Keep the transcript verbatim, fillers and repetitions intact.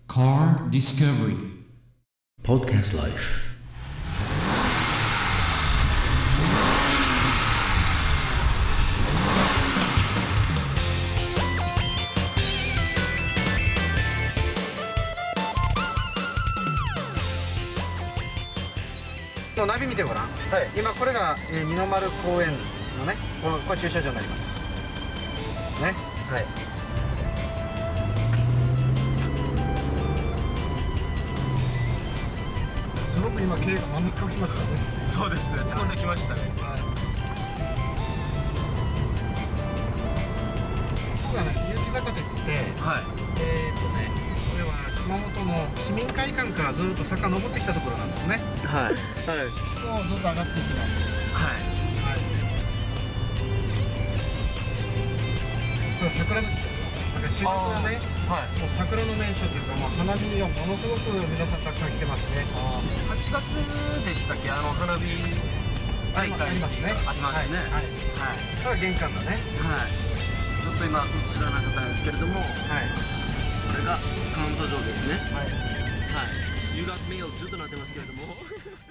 Car Discovery Podcast Life. のナビ見てごらん、はい、今これが、えー、二の丸公園のね、このこれ駐車場になりますね。はい。すごく今経営が真ん中から来ましたね。 そうですね、突っ込んできましたね。はい。 ここがね、結城坂といって、はい、えーっとね、これは熊本の市民会館からずっと坂登ってきたところなんですね。はい。はい。とずっと上がっていきます。はい。はい。これは桜の木ですよ。だからしがつはね、はい、もう桜の名所というか、もう花見をものすごく皆さんたくさん来てますね。 はちがつでしたっけ、あの花火大会ありますね。 ありますね。はい。 はい。それは玄関だね。 はい。ちょっと今映らなかったんですけれども、はい。これが熊本城ですね。はい。はい。有楽名誉ずっとなってますけれども。